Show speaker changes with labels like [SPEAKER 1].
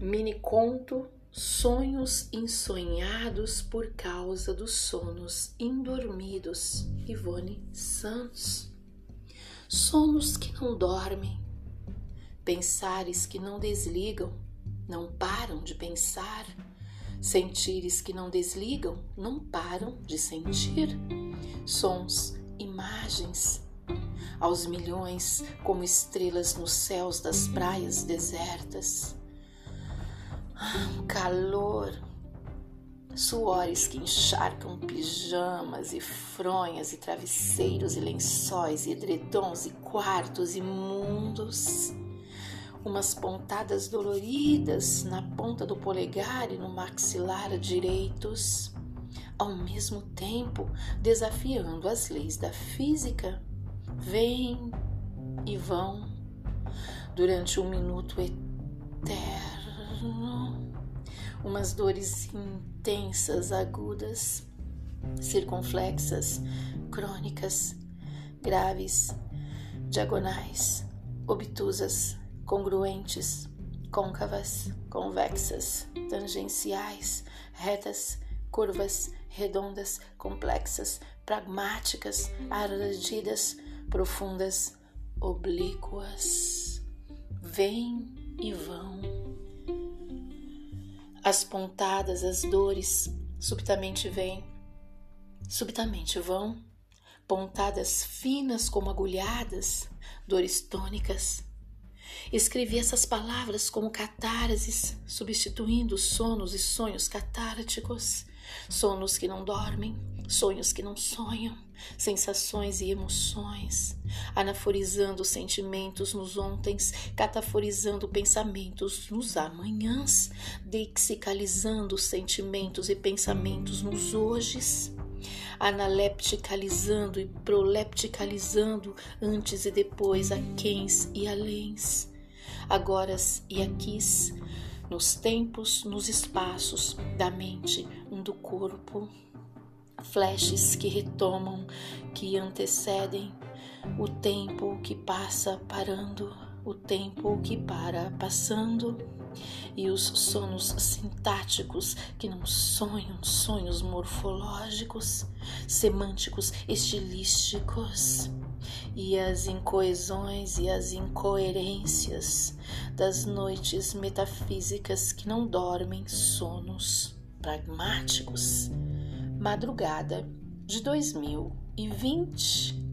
[SPEAKER 1] Miniconto Sonhos Ensonhados por Causa dos Sonos Indormidos, Ivone Santos. Sonos que não dormem, pensares que não desligam, não param de pensar, sentires que não desligam, não param de sentir, sons, imagens, aos milhões como estrelas nos céus das praias desertas. Calor, suores que encharcam pijamas e fronhas e travesseiros e lençóis e edredons e quartos imundos. Umas pontadas doloridas na ponta do polegar e no maxilar direitos, ao mesmo tempo desafiando as leis da física. Vêm e vão durante um minuto eterno. Umas dores intensas, agudas, circunflexas, crônicas, graves, diagonais, obtusas, congruentes, côncavas, convexas, tangenciais, retas, curvas, redondas, complexas, pragmáticas, ardidas, profundas, oblíquas. Vêm e vão. As pontadas, as dores, subitamente vêm, subitamente vão, pontadas finas como agulhadas, dores tônicas. Escrevi essas palavras como catarses, substituindo sonos e sonhos catárticos, sonos que não dormem, sonhos que não sonham, sensações e emoções, anaforizando sentimentos nos ontens, cataforizando pensamentos nos amanhãs, dexicalizando sentimentos e pensamentos nos hojes, analepticalizando e prolepticalizando antes e depois, aquéns e aléns, agoras e aquis, nos tempos, nos espaços da mente, do corpo, flashes que retomam, que antecedem, o tempo que passa parando, o tempo que para passando, e os sonos sintáticos que não sonham, sonhos morfológicos, semânticos, estilísticos, e as incoesões e as incoerências das noites metafísicas que não dormem, sonos pragmáticos. Madrugada de 2020.